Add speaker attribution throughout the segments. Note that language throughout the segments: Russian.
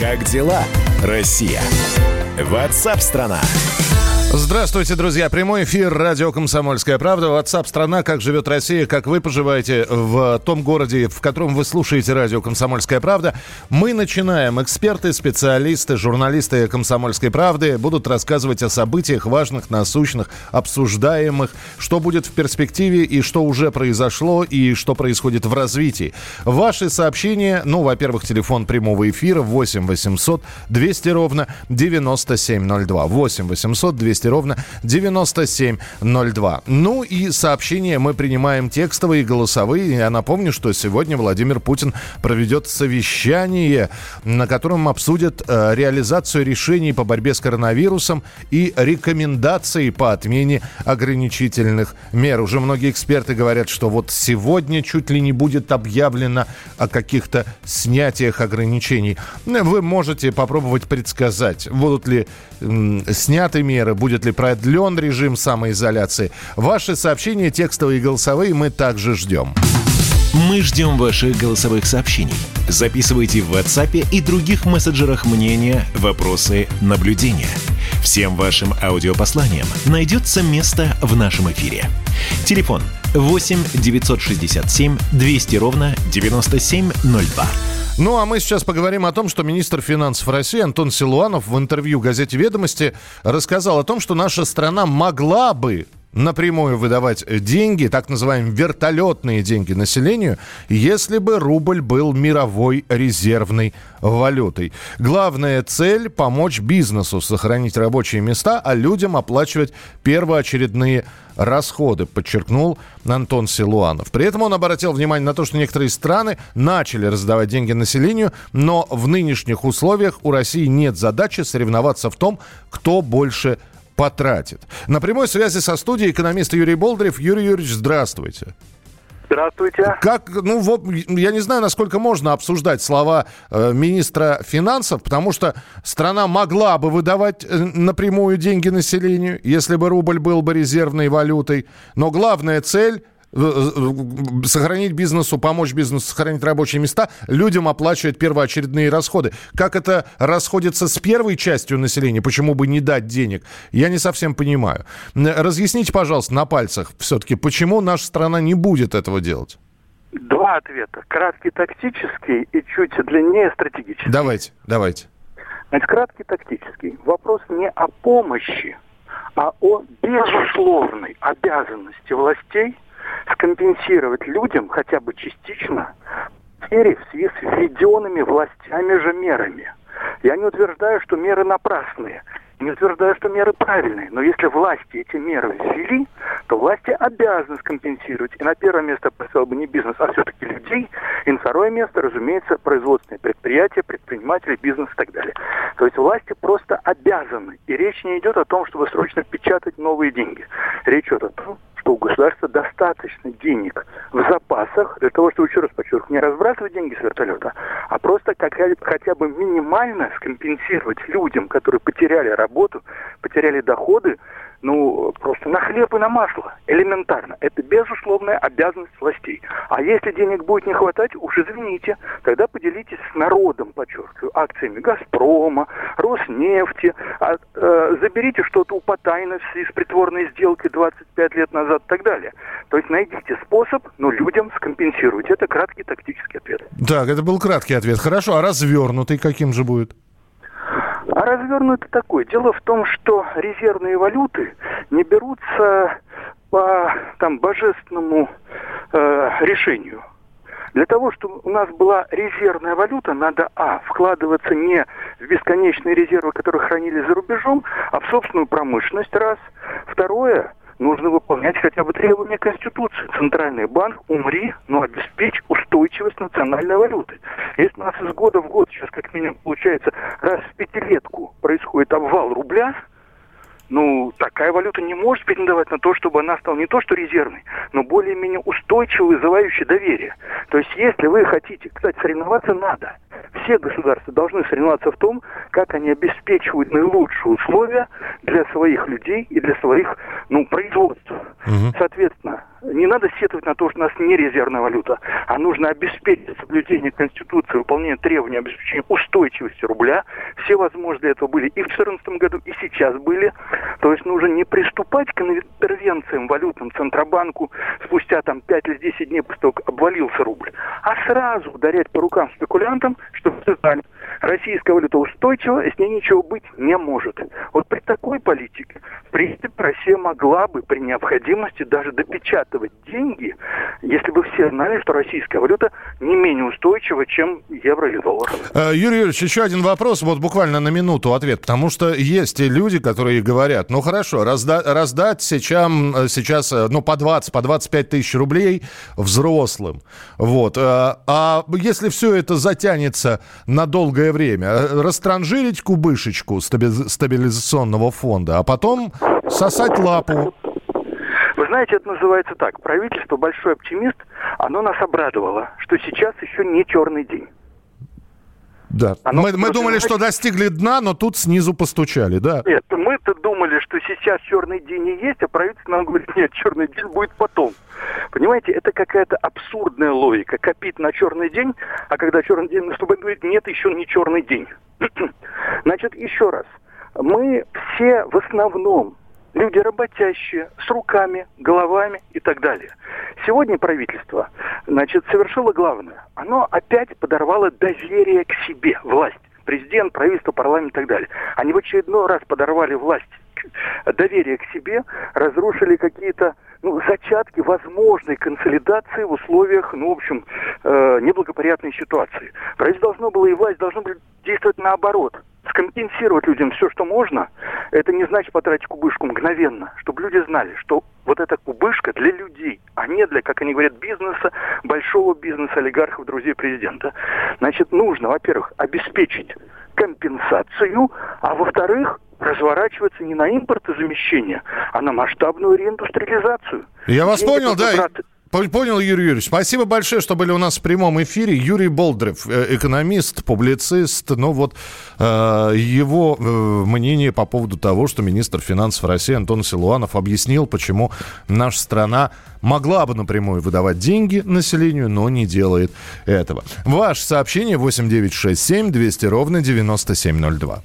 Speaker 1: Как дела, Россия? WhatsApp-страна.
Speaker 2: Здравствуйте, друзья. Прямой эфир радио «Комсомольская правда». WhatsApp страна. Как живет Россия? Как вы поживаете в том городе, в котором вы слушаете радио «Комсомольская правда»? Мы начинаем. Эксперты, специалисты, журналисты «Комсомольской правды» будут рассказывать о событиях важных, насущных, обсуждаемых, что будет в перспективе и что уже произошло и что происходит в развитии. Ваши сообщения, во-первых, телефон прямого эфира 8 800 200 ровно 9702. 8 800 200 ровно 9702. Ну и сообщения мы принимаем текстовые и голосовые. Я напомню, что сегодня Владимир Путин проведет совещание, на котором обсудят реализацию решений по борьбе с коронавирусом и рекомендации по отмене ограничительных мер. Уже многие эксперты говорят, что вот сегодня чуть ли не будет объявлено о каких-то снятиях ограничений. Вы можете попробовать предсказать, будут ли сняты меры, будет ли продлен режим самоизоляции. Ваши сообщения, текстовые и голосовые, мы также ждем.
Speaker 1: Мы ждем ваших голосовых сообщений. Записывайте в WhatsApp и других мессенджерах мнения, вопросы, наблюдения. Всем вашим аудиопосланиям найдется место в нашем эфире. Телефон 8 967 200 ровно 9702.
Speaker 2: Ну, а мы сейчас поговорим о том, что министр финансов России Антон Силуанов в интервью газете «Ведомости» рассказал о том, что наша страна могла бы напрямую выдавать деньги, так называемые вертолетные деньги населению, если бы рубль был мировой резервной валютой. Главная цель – помочь бизнесу сохранить рабочие места, а людям оплачивать первоочередные расходы, подчеркнул Антон Силуанов. При этом он обратил внимание на то, что некоторые страны начали раздавать деньги населению, но в нынешних условиях у России нет задачи соревноваться в том, кто больше потратит. На прямой связи со студией экономист Юрий Болдырев. Юрий Юрьевич, здравствуйте.
Speaker 3: Здравствуйте.
Speaker 2: Я не знаю, насколько можно обсуждать слова министра финансов, потому что страна могла бы выдавать напрямую деньги населению, если бы рубль был бы резервной валютой. Но главная цель сохранить бизнесу, помочь бизнесу сохранить рабочие места, людям оплачивать первоочередные расходы. Как это расходится с первой частью населения? Почему бы не дать денег? Я не совсем понимаю. Разъясните, пожалуйста, на пальцах все-таки, почему наша страна не будет этого делать?
Speaker 3: Два ответа. Краткий тактический и чуть длиннее стратегический.
Speaker 2: Давайте.
Speaker 3: Значит, краткий тактический. Вопрос не о помощи, а о безусловной обязанности властей скомпенсировать людям хотя бы частично потери в связи с введенными властями же мерами. Я не утверждаю, что меры напрасные, не утверждаю, что меры правильные, но если власти эти меры ввели, то власти обязаны скомпенсировать. И на первое место поставил бы не бизнес, а все-таки людей. И на второе место, разумеется, производственные предприятия, предприниматели, бизнес и так далее. То есть власти просто обязаны. И речь не идет о том, чтобы срочно печатать новые деньги. Речь идет о том, что у государства достаточно денег в запасах для того, чтобы, еще раз подчеркну, не разбрасывать деньги с вертолета, а просто хотя бы минимально скомпенсировать людям, которые потеряли работу, потеряли доходы, просто на хлеб и на масло. Элементарно. Это безусловная обязанность властей. А если денег будет не хватать, уж извините, тогда поделитесь с народом, подчеркиваю, акциями «Газпрома», «Роснефти», заберите что-то у Потайна с притворной сделкой 25 лет назад и так далее. То есть найдите способ, людям скомпенсировать. Это краткий тактический ответ.
Speaker 2: Так, это был краткий ответ. Хорошо, а развернутый каким же будет?
Speaker 3: А развернутый такой. Дело в том, что резервные валюты не берутся по божественному решению. Для того, чтобы у нас была резервная валюта, надо, вкладываться не в бесконечные резервы, которые хранились за рубежом, а в собственную промышленность, раз. Второе, нужно выполнять хотя бы требования Конституции. Центральный банк, умри, но обеспечь устойчивость национальной валюты. Если у нас из года в год, сейчас как минимум получается, раз в пятилетку происходит обвал рубля, такая валюта не может претендовать на то, чтобы она стала не то что резервной, но более-менее устойчивой, вызывающей доверие. То есть, если вы хотите, кстати, соревноваться надо. Все государства должны соревноваться в том, как они обеспечивают наилучшие условия для своих людей и для своих, производств. Соответственно, не надо сетовать на то, что у нас не резервная валюта, а нужно обеспечить соблюдение Конституции, выполнение требований обеспечения устойчивости рубля. Все возможности для этого были и в 2014 году, и сейчас были. То есть нужно не приступать к интервенциям валютным Центробанку спустя 5 или 10 дней после того, как обвалился рубль, а сразу ударять по рукам спекулянтам, чтобы знали, российская валюта устойчива, и с ней ничего быть не может. Вот при такой политике, в принципе, Россия могла бы при необходимости даже допечатывать деньги, если бы все знали, что российская валюта не менее устойчива, чем евро или доллар.
Speaker 2: Юрий Юрьевич, еще один вопрос, вот буквально на минуту ответ, потому что есть люди, которые говорят, ну хорошо, раздать сейчас по 20, по 25 тысяч рублей взрослым, вот, а если все это затянется на долгое время, растранжирить кубышечку стабилизационного фонда, а потом сосать лапу.
Speaker 3: Вы знаете, это называется так. Правительство «Большой оптимист», оно нас обрадовало, что сейчас еще не черный день.
Speaker 2: Да. Мы думали, что достигли дна, но тут снизу постучали, да?
Speaker 3: Нет, мы-то думали, что сейчас черный день и есть, а правительство нам говорит, нет, черный день будет потом. Понимаете, это какая-то абсурдная логика. Копить на черный день, а когда черный день наступает, говорит, нет, еще не черный день. Значит, еще раз. Мы все в основном люди работящие, с руками, головами и так далее. Сегодня правительство, совершило главное. Оно опять подорвало доверие к себе, власть. Президент, правительство, парламент и так далее. Они в очередной раз подорвали власть, доверие к себе, разрушили какие-то зачатки возможной консолидации в условиях, неблагоприятной ситуации. Правительство должно было и власть должны были действовать наоборот. Скомпенсировать людям все, что можно, это не значит потратить кубышку мгновенно, чтобы люди знали, что вот эта кубышка для людей, а не для, как они говорят, бизнеса, большого бизнеса, олигархов, друзей президента. Нужно, во-первых, обеспечить компенсацию, а во-вторых, разворачиваться не на импортозамещение, а на масштабную реиндустриализацию.
Speaker 2: Я вас понял, да. Понял, Юрий Юрьевич. Спасибо большое, что были у нас в прямом эфире. Юрий Болдырев, экономист, публицист. Его мнение по поводу того, что министр финансов России Антон Силуанов объяснил, почему наша страна могла бы напрямую выдавать деньги населению, но не делает этого. Ваше сообщение 8-967-200-97-02.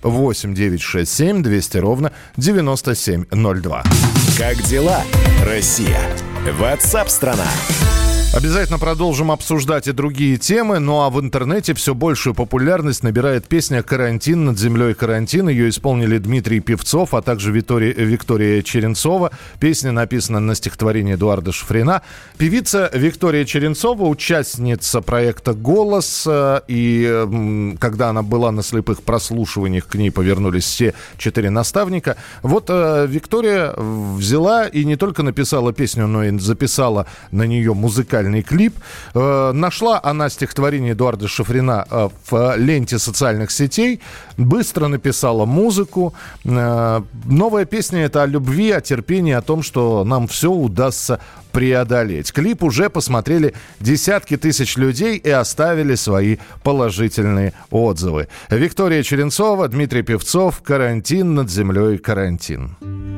Speaker 2: 8-967-200-97-02.
Speaker 1: Как дела, Россия? WhatsApp-страна.
Speaker 2: Обязательно продолжим обсуждать и другие темы. Ну а в интернете все большую популярность набирает песня «Карантин, над землей карантин». Ее исполнили Дмитрий Певцов, а также Виктория Черенцова. Песня написана на стихотворение Эдуарда Шафрина. Певица Виктория Черенцова, участница проекта «Голос». И когда она была на слепых прослушиваниях, к ней повернулись все 4 наставника. Вот Виктория взяла и не только написала песню, но и записала на нее музыкальный клип. Нашла она стихотворение Эдуарда Шафрина в ленте социальных сетей, быстро написала музыку. Новая песня — это о любви, о терпении, о том, что нам все удастся преодолеть. Клип уже посмотрели десятки тысяч людей и оставили свои положительные отзывы. Виктория Черенцова, Дмитрий Певцов, «Карантин, над землей карантин».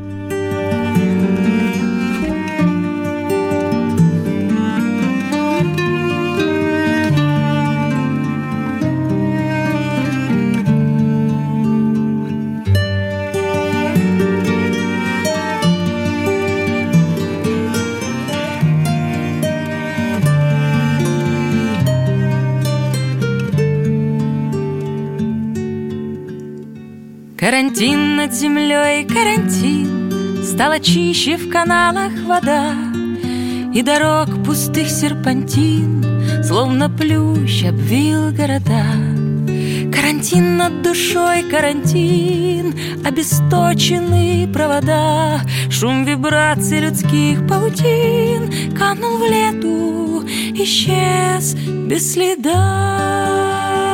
Speaker 4: Карантин над землей, карантин, стала чище в каналах вода, и дорог пустых серпантин, словно плющ, обвил города. Карантин над душой, карантин, обесточены провода, шум вибраций людских паутин канул в лету, исчез без следа.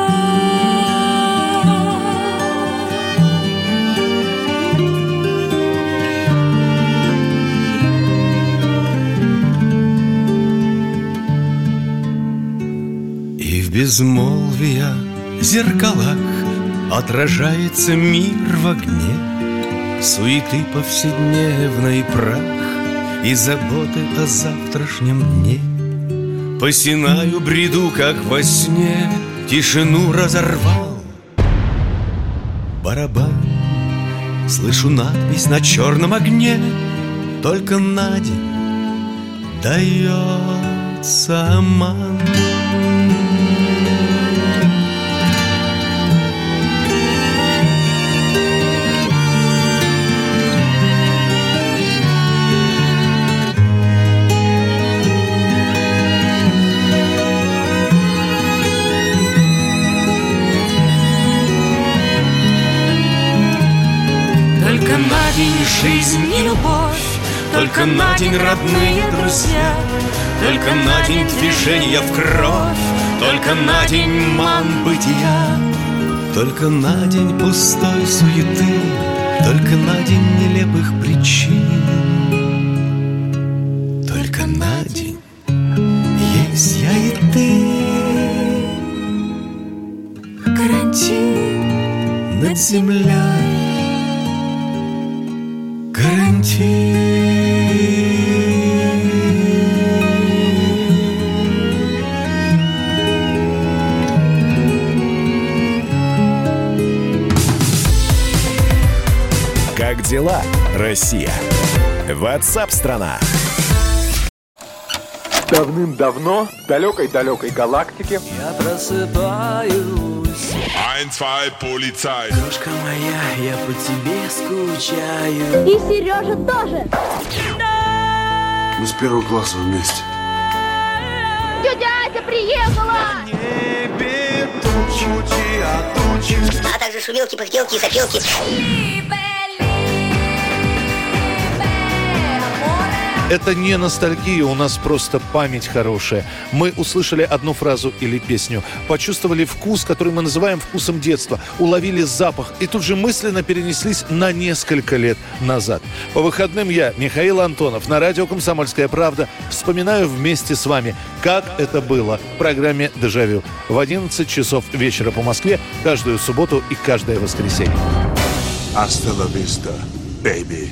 Speaker 5: В безмолвия зеркалах отражается мир в огне суеты повседневной прах, и заботы о завтрашнем дне. По Синаю бреду, как во сне, тишину разорвал барабан. Слышу надпись на черном огне: только на день дается обман.
Speaker 4: Только на день жизнь и любовь, только на день родные друзья, только на день движения в кровь, только на день ман бытия,
Speaker 5: только на день пустой суеты, только на день нелепых причин, только на день есть я и ты.
Speaker 4: карантин
Speaker 5: Над землей
Speaker 1: Как дела, Россия? WhatsApp-страна.
Speaker 6: Давным-давно в далекой-далекой галактике
Speaker 5: я просыпаюсь.
Speaker 7: 1-2, полицай.
Speaker 5: Крошка моя, я по тебе скучаю.
Speaker 8: И Сережа тоже.
Speaker 9: Мы с первого класса вместе.
Speaker 8: Тетя Ася приехала!
Speaker 5: Небе тучи, а тучи.
Speaker 8: А также шумелки, пыхтелки и запелки.
Speaker 2: Это не ностальгия, у нас просто память хорошая. Мы услышали одну фразу или песню, почувствовали вкус, который мы называем вкусом детства, уловили запах и тут же мысленно перенеслись на несколько лет назад. По выходным я, Михаил Антонов, на радио «Комсомольская правда» вспоминаю вместе с вами, как это было в программе «Дежавю» в 11 часов вечера по Москве каждую субботу и каждое воскресенье.
Speaker 9: Hasta la vista, baby.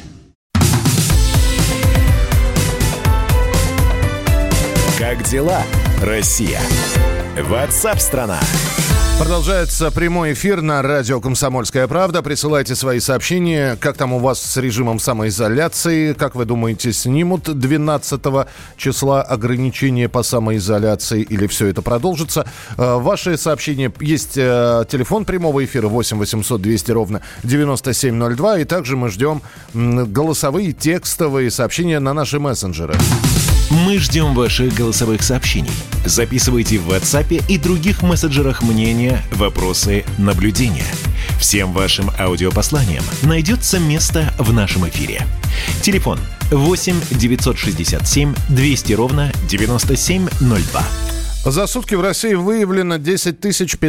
Speaker 1: Как дела, Россия? WhatsApp-страна.
Speaker 2: Продолжается прямой эфир на радио «Комсомольская правда». Присылайте свои сообщения. Как там у вас с режимом самоизоляции? Как вы думаете, снимут 12 числа ограничения по самоизоляции или все это продолжится? Ваши сообщения. Есть телефон прямого эфира 8 800 200 ровно 9702. И также мы ждем голосовые, текстовые сообщения на наши мессенджеры.
Speaker 1: Мы ждем ваших голосовых сообщений. Записывайте в WhatsApp и других мессенджерах мнения, вопросы, наблюдения. Всем вашим аудиопосланиям найдется место в нашем эфире. Телефон 8 967 200 ровно 9702.
Speaker 2: За сутки в России выявлено 10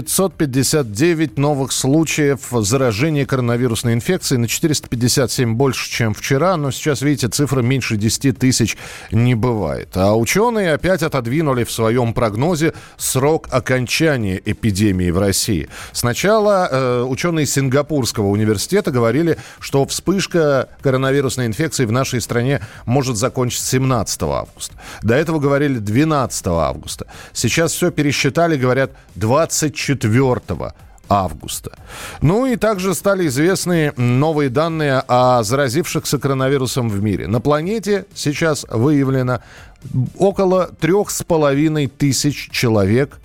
Speaker 2: 559 новых случаев заражения коронавирусной инфекцией. На 457 больше, чем вчера. Но сейчас, видите, цифра меньше 10 тысяч не бывает. А ученые опять отодвинули в своем прогнозе срок окончания эпидемии в России. Сначала ученые Сингапурского университета говорили, что вспышка коронавирусной инфекции в нашей стране может закончиться 17 августа. До этого говорили 12 августа. Сейчас все пересчитали, говорят, 24 августа. Ну и также стали известны новые данные о заразившихся коронавирусом в мире. На планете сейчас выявлено около 3500 человек,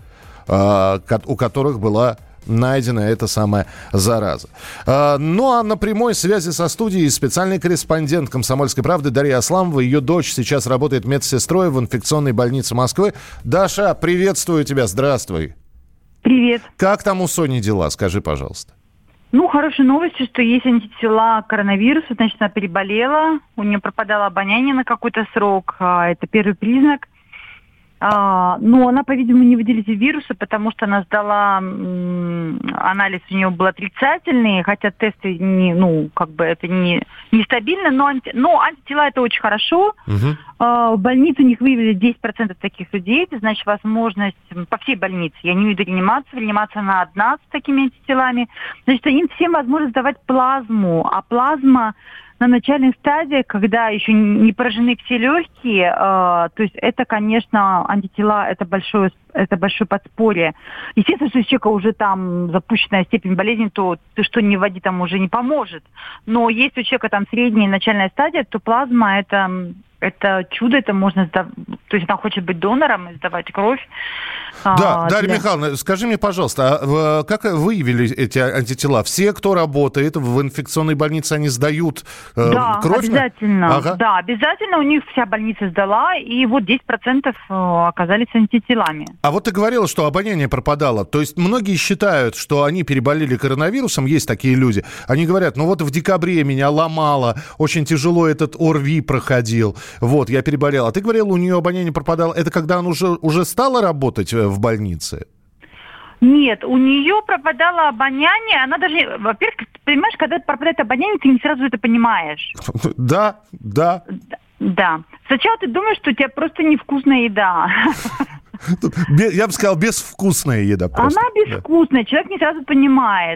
Speaker 2: у которых была найдена эта самая зараза. Ну а на прямой связи со студией специальный корреспондент «Комсомольской правды» Дарья Асламова. Ее дочь сейчас работает медсестрой в инфекционной больнице Москвы. Даша, приветствую тебя, здравствуй.
Speaker 10: Привет.
Speaker 2: Как там у Сони дела, скажи, пожалуйста.
Speaker 10: Ну, хорошая новость, что есть антитела к коронавирусу, значит, она переболела, у нее пропадало обоняние на какой-то срок, это первый признак. Но она, по-видимому, не выделитель вируса, потому что она сдала анализ, у нее был отрицательный, хотя тесты это нестабильно, но антитела это очень хорошо. Угу. В больнице у них выявили 10% таких людей, это значит возможность по всей больнице, я не веду реанимация она одна с такими антителами, значит, им всем возможность сдавать плазму, а плазма на начальных стадиях, когда еще не поражены все легкие, то есть это, конечно, антитела, это большое подспорье. Естественно, что если у человека уже там запущенная степень болезни, то ты что не вводи, там уже не поможет. Но если у человека там средняя и начальная стадия, то плазма это чудо, это можно сдавать. То есть она хочет быть донором и сдавать кровь.
Speaker 2: Да, Дарья Михайловна, скажи мне, пожалуйста, как выявили эти антитела? Все, кто работает в инфекционной больнице, они сдают кровь?
Speaker 10: Обязательно. Ага. Да, обязательно у них вся больница сдала, и вот 10% оказались антителами.
Speaker 2: А вот ты говорила, что обоняние пропадало. То есть многие считают, что они переболели коронавирусом, есть такие люди. Они говорят, ну вот в декабре меня ломало, очень тяжело этот ОРВИ проходил. Вот, я переболел. А ты говорила, у нее обоняние пропадало. Это когда она уже стала работать в больнице?
Speaker 10: Нет, у нее пропадало обоняние. Она даже, во-первых, ты понимаешь, когда пропадает обоняние, ты не сразу это понимаешь.
Speaker 2: Да.
Speaker 10: Да. Сначала ты думаешь, что у тебя просто невкусная еда.
Speaker 2: Я бы сказал, безвкусная еда просто.
Speaker 10: Она безвкусная, человек не сразу понимает.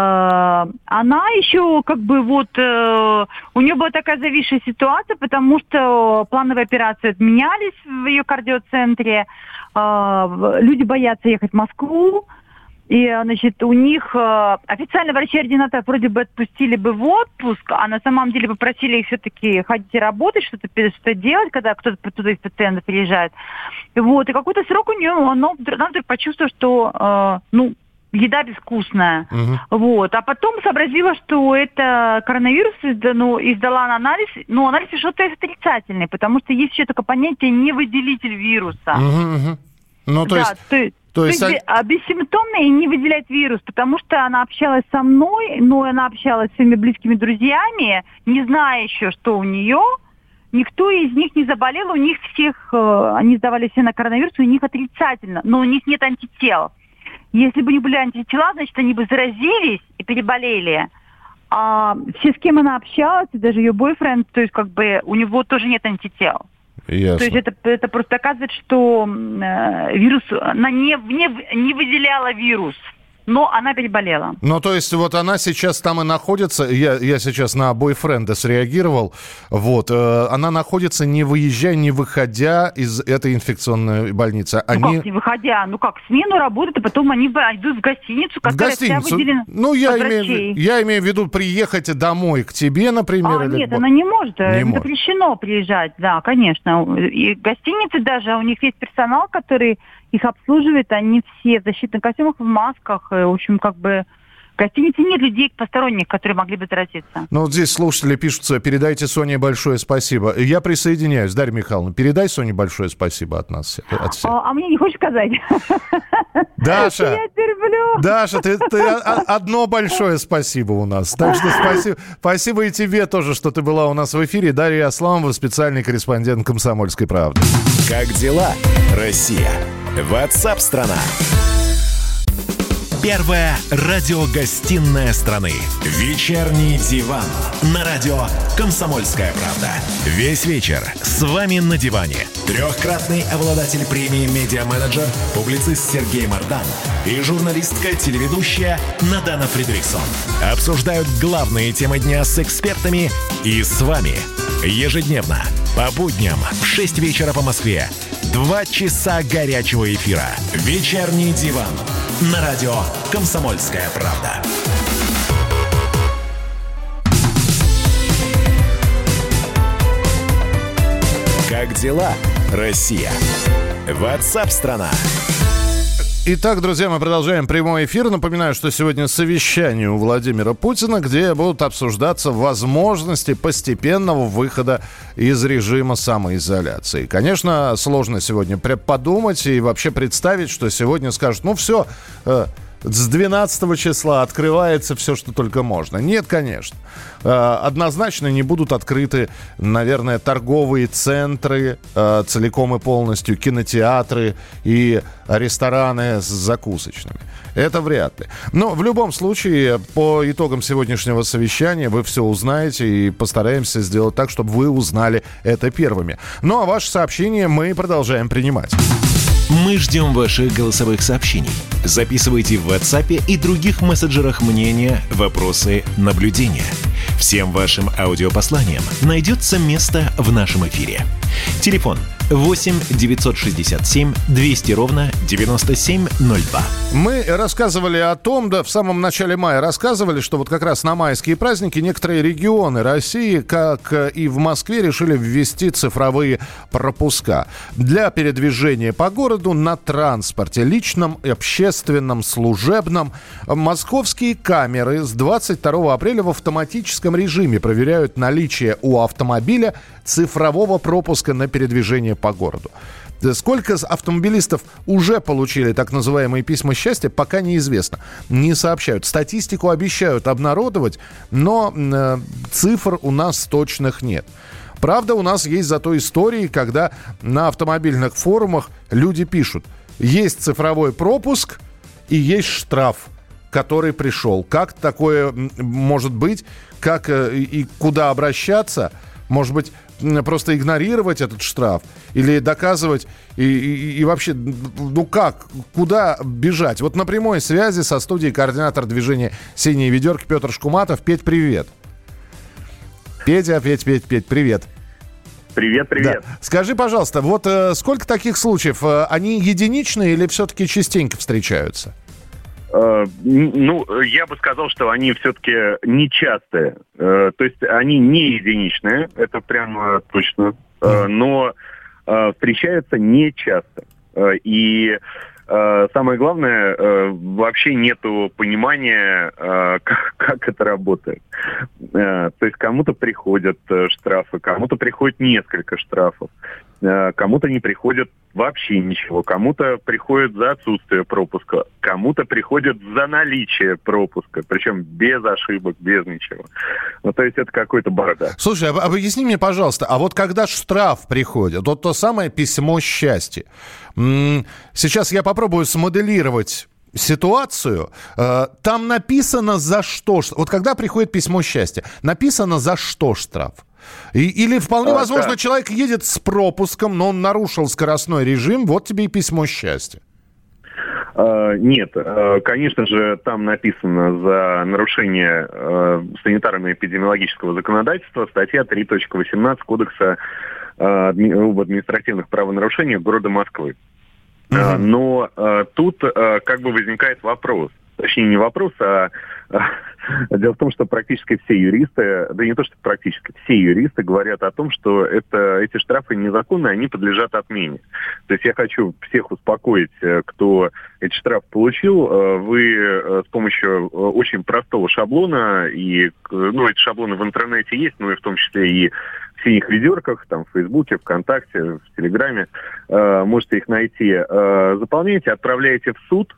Speaker 10: Она еще как бы вот... У нее была такая зависшая ситуация, потому что плановые операции отменялись в ее кардиоцентре. Люди боятся ехать в Москву. И, значит, у них официально врачи-ординаторы вроде бы отпустили бы в отпуск, а на самом деле попросили их все-таки ходить и работать, что-то делать, когда кто-то туда из пациентов приезжает. Вот, и какой-то срок у нее, она вдруг почувствовала, что, еда безвкусная. Вот, а потом сообразила, что это коронавирус, и сдала на анализ, но анализ пришел отрицательный, потому что есть еще такое понятие невыделитель вируса.
Speaker 2: Ну, то есть...
Speaker 10: То есть бессимптомная и не выделяет вирус, потому что она общалась со мной, но она общалась с своими близкими друзьями, не зная еще, что у нее. Никто из них не заболел, у них всех, они сдавали все на коронавирус, у них отрицательно, но у них нет антител. Если бы не были антитела, значит, они бы заразились и переболели. А все, с кем она общалась, и даже ее бойфренд, то есть как бы у него тоже нет антител.
Speaker 2: Ясно.
Speaker 10: То есть это просто доказывает, что вирус, она не выделяла вирус, но она переболела.
Speaker 2: Ну, то есть вот она сейчас там и находится, я сейчас на бойфренда среагировал, вот, она находится не выезжая, не выходя из этой инфекционной больницы.
Speaker 10: Как не выходя? Смену работают, а потом они идут в гостиницу, которая вся выделена
Speaker 2: я имею в виду приехать домой к тебе, например.
Speaker 10: Нет, она не может, запрещено приезжать, да, конечно. И гостиницы даже, у них есть персонал, который их обслуживает, они все в защитных костюмах, в масках. В общем, как бы в гостинице нет людей посторонних, которые могли бы заразиться.
Speaker 2: Ну, вот здесь слушатели пишут, передайте Соне большое спасибо. Я присоединяюсь. Дарья Михайловна, передай Соне большое спасибо от нас, от всех.
Speaker 10: А мне не хочешь сказать?
Speaker 2: Даша,
Speaker 10: я терплю.
Speaker 2: Даша, ты одно большое спасибо у нас. Так что спасибо и тебе тоже, что ты была у нас в эфире. Дарья Асламова, специальный корреспондент «Комсомольской правды».
Speaker 1: Как дела, Россия? WhatsApp-страна. Первая радиогостинная страны. Вечерний диван. На радио «Комсомольская правда». Весь вечер с вами на диване. Трехкратный обладатель премии «Медиа-менеджер», публицист Сергей Мардан и журналистка-телеведущая Надана Фридрихсон обсуждают главные темы дня с экспертами и с вами. Ежедневно, по будням в 6 вечера по Москве. 2 часа горячего эфира. Вечерний диван. На радио «Комсомольская правда». Как дела, Россия? WhatsApp-страна.
Speaker 2: Итак, друзья, мы продолжаем прямой эфир. Напоминаю, что сегодня совещание у Владимира Путина, где будут обсуждаться возможности постепенного выхода из режима самоизоляции. Конечно, сложно сегодня подумать и вообще представить, что сегодня скажут, все, с 12 числа открывается все, что только можно. Нет, конечно. Однозначно не будут открыты, наверное, торговые центры целиком и полностью, кинотеатры и рестораны с закусочными. Это вряд ли. Но в любом случае, по итогам сегодняшнего совещания вы все узнаете и постараемся сделать так, чтобы вы узнали это первыми. Ну а ваши сообщения мы продолжаем принимать.
Speaker 1: Мы ждем ваших голосовых сообщений. Записывайте в WhatsApp и других мессенджерах мнения, вопросы, наблюдения. Всем вашим аудиопосланиям найдется место в нашем эфире. Телефон 8 967 200 ровно 9702.
Speaker 2: Мы рассказывали о том, в самом начале мая рассказывали, что вот как раз на майские праздники некоторые регионы России, как и в Москве, решили ввести цифровые пропуска для передвижения по городу на транспорте, личном, общественном, служебном. Московские камеры с 22 апреля в автоматическом режиме проверяют наличие у автомобиля цифрового пропуска на передвижение по городу. Сколько автомобилистов уже получили так называемые письма счастья, пока неизвестно. Не сообщают. Статистику обещают обнародовать, но цифр у нас точных нет. Правда, у нас есть зато истории, когда на автомобильных форумах люди пишут: есть цифровой пропуск и есть штраф, который пришел. Как такое может быть? Как и куда обращаться? Может быть, просто игнорировать этот штраф? Или доказывать? И вообще, ну как? Куда бежать? Вот на прямой связи со студией координатор движения «Синие ведерки» Петр Шкуматов. Петь, привет. Петь, привет.
Speaker 11: Привет.
Speaker 2: Да. Скажи, пожалуйста, вот сколько таких случаев? Они единичные или все-таки частенько встречаются?
Speaker 11: Я бы сказал, что они все-таки нечастые. То есть они не единичные, это прямо точно. Но встречаются нечасто. И самое главное, вообще нету понимания, как это работает. То есть кому-то приходят штрафы, кому-то приходит несколько штрафов, кому-то не приходит вообще ничего, кому-то приходит за отсутствие пропуска, кому-то приходит за наличие пропуска, причем без ошибок, без ничего. Ну, то есть это какой-то бардак.
Speaker 2: Слушай, объясни мне, пожалуйста, а вот когда штраф приходит, вот то самое письмо счастья, сейчас я попробую смоделировать ситуацию. Там написано за что. Вот когда приходит письмо счастья, написано за что штраф? Или вполне возможно, человек едет с пропуском, но он нарушил скоростной режим, вот тебе и письмо счастья.
Speaker 11: Нет, конечно же, там написано за нарушение санитарно-эпидемиологического законодательства статья 3.18 Кодекса об административных правонарушениях города Москвы. Но тут как бы возникает вопрос. Точнее, не вопрос, а дело в том, что практически все юристы, да не то, что практически, все юристы говорят о том, что эти штрафы незаконны, они подлежат отмене. То есть я хочу всех успокоить, кто эти штрафы получил. Вы с помощью очень простого шаблона, и эти шаблоны в интернете есть, но и в том числе и в синих ведерках, там, в Фейсбуке, ВКонтакте, в Телеграме, можете их найти. Заполняете, отправляете в суд,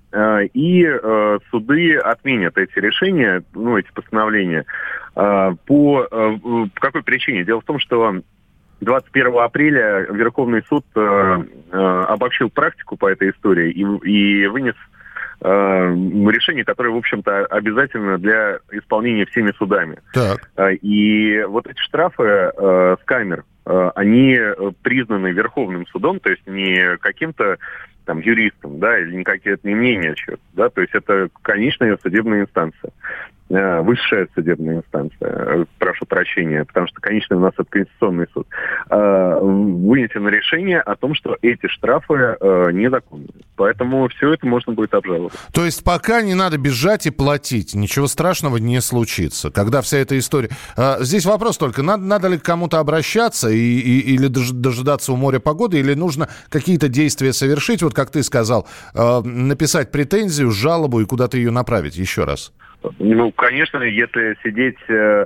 Speaker 11: и суды отменят эти решения, эти постановления. По какой причине? Дело в том, что 21 апреля Верховный суд обобщил практику по этой истории и вынес решение, которое, в общем-то, обязательно для исполнения всеми судами. Так. И вот эти штрафы с камер, они признаны Верховным судом, то есть не каким-то там юристом, да, или никакие это не мнение чего-то, да, то есть это конечная судебная инстанция, высшая судебная инстанция, прошу прощения, потому что конечный у нас это Конституционный суд, вынесено решение о том, что эти штрафы незаконны. Поэтому все это можно будет обжаловать.
Speaker 2: То есть пока не надо бежать и платить, ничего страшного не случится, когда вся эта история... Здесь вопрос только, надо ли к кому-то обращаться или дожидаться у моря погоды, или нужно какие-то действия совершить, вот как ты сказал, написать претензию, жалобу и куда-то ее направить, еще раз.
Speaker 11: Конечно, если сидеть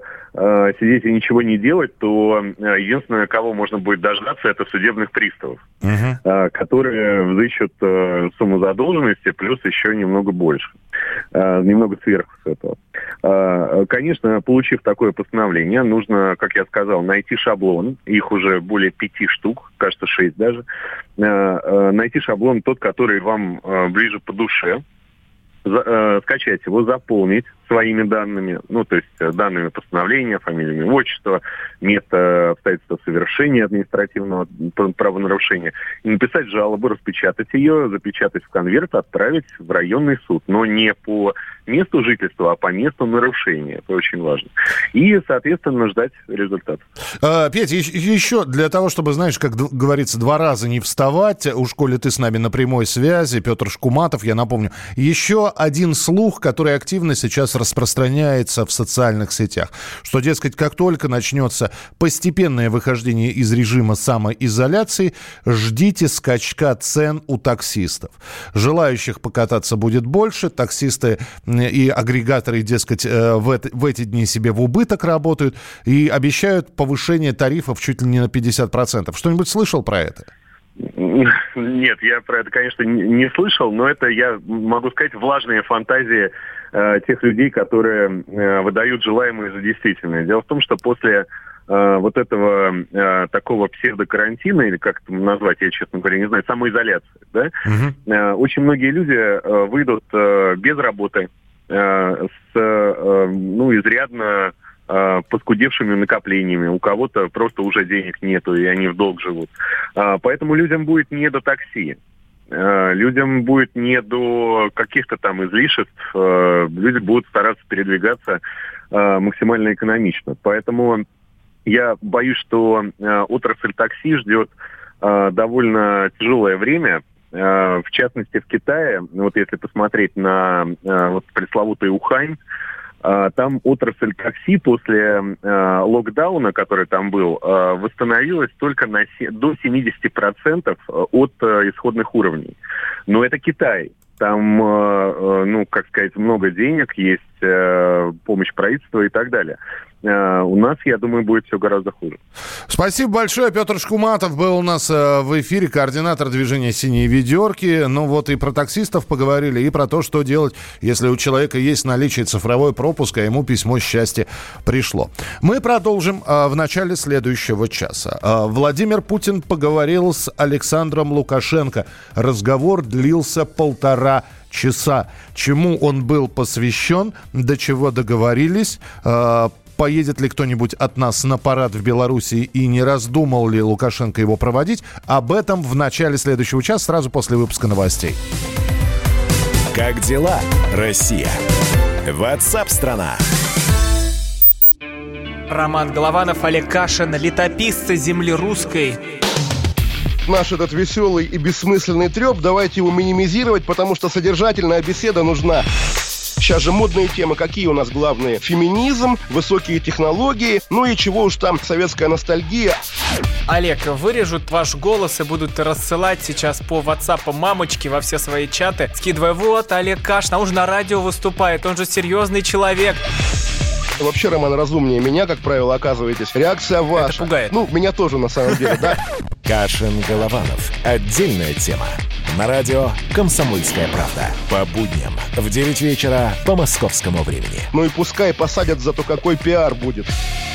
Speaker 11: и ничего не делать, то единственное, кого можно будет дождаться, это судебных приставов, которые взыщут сумму задолженности, плюс еще немного больше, немного сверху с этого. Конечно, получив такое постановление, нужно, как я сказал, найти шаблон, их уже более 5 штук, кажется, 6 даже, найти шаблон тот, который вам ближе по душе, скачать его, заполнить своими данными, ну, то есть данными постановления, фамилиями, отчества, место обстоятельства совершения административного правонарушения, и написать жалобу, распечатать ее, запечатать в конверт, отправить в районный суд, но не по месту жительства, а по месту нарушения. Это очень важно. И, соответственно, ждать результатов.
Speaker 2: Петя, еще для того, чтобы, знаешь, как говорится, 2 раза не вставать, уж коли ты с нами на прямой связи, Петр Шкуматов, я напомню, еще один слух, который активно сейчас распространяется в социальных сетях, что, дескать, как только начнется постепенное выхождение из режима самоизоляции, ждите скачка цен у таксистов. Желающих покататься будет больше, таксисты и агрегаторы, дескать, в эти дни себе в убыток работают и обещают повышение тарифов чуть ли не на 50%. Что-нибудь слышал про это?
Speaker 11: Нет, я про это, конечно, не слышал, но это, я могу сказать, влажные фантазии тех людей, которые выдают желаемое за действительное. Дело в том, что после вот этого такого псевдокарантина, или как это назвать, я, честно говоря, не знаю, самоизоляции, да, очень многие люди выйдут без работы, с, изрядно поскудевшими накоплениями. У кого-то просто уже денег нету, и они в долг живут. Поэтому людям будет не до такси. Людям будет не до каких-то там излишеств. Люди будут стараться передвигаться максимально экономично. Поэтому я боюсь, что отрасль такси ждет довольно тяжелое время. В частности, в Китае, вот если посмотреть на вот пресловутый Ухань, там отрасль такси после локдауна, который там был, восстановилась только до 70% от исходных уровней. Но это Китай. Там, много денег, есть помощь правительства и так далее. У нас, я думаю, будет все гораздо хуже.
Speaker 2: Спасибо большое. Петр Шкуматов был у нас в эфире, координатор движения «Синие ведерки». Ну вот и про таксистов поговорили, и про то, что делать, если у человека есть наличие цифровой пропуск, а ему письмо счастья пришло. Мы продолжим в начале следующего часа. Владимир Путин поговорил с Александром Лукашенко. Разговор длился 1,5 часа. Чему он был посвящен, до чего договорились, поедет ли кто-нибудь от нас на парад в Белоруссии и не раздумал ли Лукашенко его проводить, об этом в начале следующего часа, сразу после выпуска новостей.
Speaker 1: Как дела, Россия? WhatsApp-страна.
Speaker 12: Роман Голованов, Олег Кашин, летописцы земли русской.
Speaker 13: Наш этот веселый и бессмысленный треп, давайте его минимизировать, потому что содержательная беседа нужна. Сейчас же модные темы, какие у нас главные? Феминизм, высокие технологии, ну и чего уж там, советская ностальгия.
Speaker 12: Олег, вырежут ваш голос и будут рассылать сейчас по WhatsApp мамочки во все свои чаты, скидывая: вот, Олег Кашин, он же на радио выступает, он же серьезный человек.
Speaker 13: Вообще, Роман, разумнее меня, как правило, оказываетесь. Реакция ваша.
Speaker 12: Это пугает.
Speaker 13: Ну, меня тоже, на самом деле, да.
Speaker 1: Кашин-Голованов. Отдельная тема. На радио «Комсомольская правда». По будням в 9 вечера по московскому времени.
Speaker 13: Ну и пускай посадят, зато какой пиар будет.